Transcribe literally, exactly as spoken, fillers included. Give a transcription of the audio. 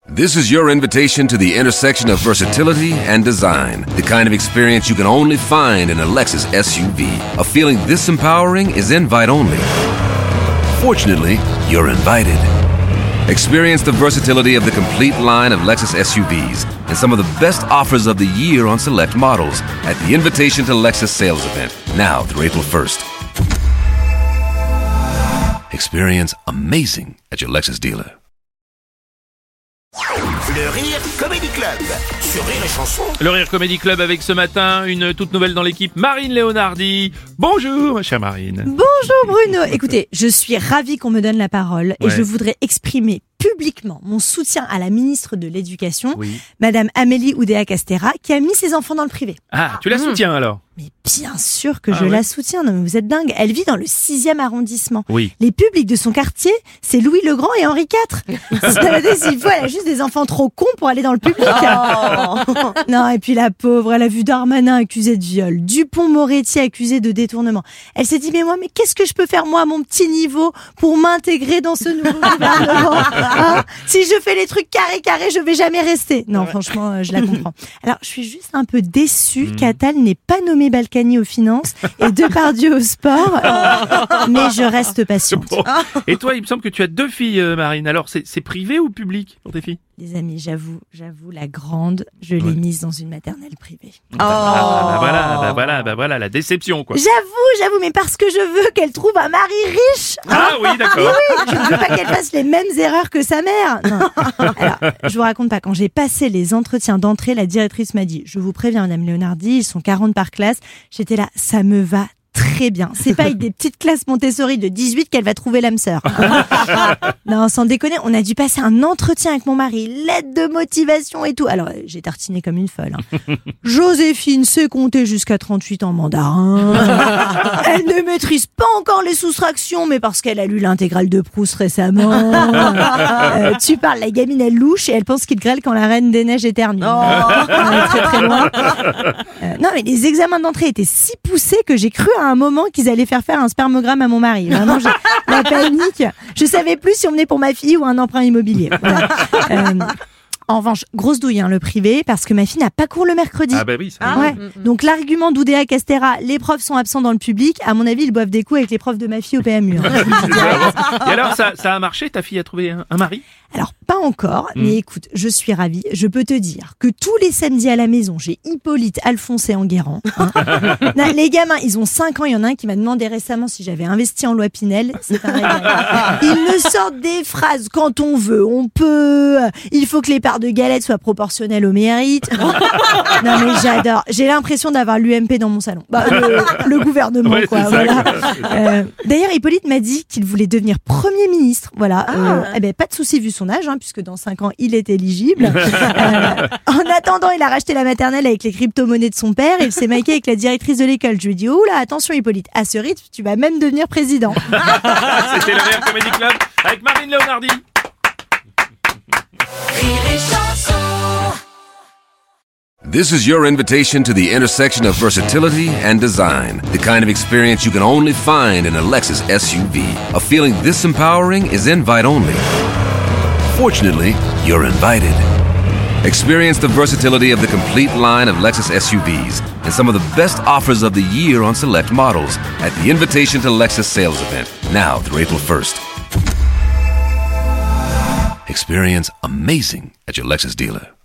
This is your invitation to the intersection of versatility and design. The kind of experience you can only find in a Lexus S U V. A feeling this empowering is invite only. Fortunately, you're invited. Experience the versatility of the complete line of Lexus S U Vs and some of the best offers of the year on select models at the Invitation to Lexus sales event, now through April first. Experience amazing at your Lexus dealer. Le Rire Comedy Club sur Rire et Chanson. Le Rire Comedy Club avec ce matin une toute nouvelle dans l'équipe, Marine Leonardi. Bonjour ma chère Marine. Bonjour Bruno. Écoutez, je suis ravie qu'on me donne la parole et Ouais. je voudrais exprimer publiquement mon soutien à la ministre de l'Éducation, Oui. Madame Amélie Oudéa-Castéra, qui a mis ses enfants dans le privé. Ah, tu la soutiens alors? Mais bien sûr que Ah je ouais. la soutiens. Non mais vous êtes dingue. Elle vit dans le sixième arrondissement. Oui. Les publics de son quartier, c'est Louis le Grand et Henri quatre. S'il faut, elle a juste des enfants trop cons pour aller dans le public. Non, et puis la pauvre, elle a vu Darmanin accusé de viol, Dupond-Moretti accusé de détournement. Elle s'est dit, mais moi, mais qu'est-ce que je peux faire moi à mon petit niveau pour m'intégrer dans ce nouveau gouvernement, hein? Si je fais les trucs carré carré, je vais jamais rester. Non, franchement, euh, je la comprends. Alors, je suis juste un peu déçue Mm. qu'Attal n'ait pas nommé Balkany aux finances et Depardieu au sport, euh, mais je reste patiente. Bon. Et toi, il me semble que tu as deux filles, euh, Marine. Alors, c'est, c'est privé ou public pour tes filles? Les amis, j'avoue, j'avoue, la grande, je l'ai Ouais. mise dans une maternelle privée. Ah, bah voilà, bah voilà, bah voilà, la déception quoi. J'avoue, j'avoue, mais parce que je veux qu'elle trouve un mari riche. Ah oui, d'accord. Oui, je ne veux pas qu'elle fasse les mêmes erreurs que sa mère. Non. Alors, je vous raconte pas, quand j'ai passé les entretiens d'entrée, la directrice m'a dit, je vous préviens, Madame Leonardi, ils sont quarante par classe. J'étais là, ça me va très bien. C'est pas avec des petites classes Montessori de dix-huit qu'elle va trouver l'âme sœur. Non, sans déconner, on a dû passer un entretien avec mon mari, lettre de motivation et tout. Alors, euh, j'ai tartiné comme une folle. Hein. Joséphine sait compter jusqu'à trente-huit en mandarin. Elle ne maîtrise pas encore les soustractions, mais parce qu'elle a lu l'intégrale de Proust récemment. Euh, tu parles, la gamine, elle louche et elle pense qu'il grêle quand la Reine des Neiges éternue. On est très très loin. Euh, non, mais les examens d'entrée étaient si poussés que j'ai cru à un moment qu'ils allaient faire faire un spermogramme à mon mari. Vraiment, j'ai la panique. Je savais plus si on venait pour ma fille ou un emprunt immobilier. Voilà. Euh, en revanche, grosse douille, hein, le privé, parce que ma fille n'a pas cours le mercredi. Ah bah oui, ça. Ouais. Donc l'argument d'Oudéa-Castéra, les profs sont absents dans le public, à mon avis, ils boivent des coups avec les profs de ma fille au P M U. Hein. Et alors, ça, ça a marché? Ta fille a trouvé un, un mari? Alors, pas encore, Mm. mais écoute, je suis ravie. Je peux te dire que tous les samedis à la maison, j'ai Hippolyte, Alphonse et Enguerrand. Hein. Non, les gamins, ils ont cinq ans. Il y en a un qui m'a demandé récemment si j'avais investi en loi Pinel. C'est un régal. Ils me sortent des phrases quand on veut, on peut. Il faut que les parts de galettes soient proportionnelles au mérite. Non, mais j'adore. J'ai l'impression d'avoir l'U M P dans mon salon. Bah, le, le gouvernement, Ouais, quoi. c'est ça, Voilà. quoi. Euh, D'ailleurs, Hippolyte m'a dit qu'il voulait devenir Premier ministre. Voilà. Euh, eh ben, pas de souci vu son âge, hein, puisque dans cinq ans, il est éligible. Euh, en attendant, il a racheté la maternelle avec les crypto-monnaies de son père. Il s'est maqué avec la directrice de l'école. Je lui ai dit, oula, attention Hippolyte, à ce rythme, tu vas même devenir président. C'était le Rire Comedy Club avec Marine Leonardi. This is your invitation to the intersection of versatility and design. The kind of experience you can only find in a Lexus S U V. A feeling this empowering is invite only. Fortunately, you're invited. Experience the versatility of the complete line of Lexus S U Vs and some of the best offers of the year on select models at the Invitation to Lexus sales event, now through April first. Experience amazing at your Lexus dealer.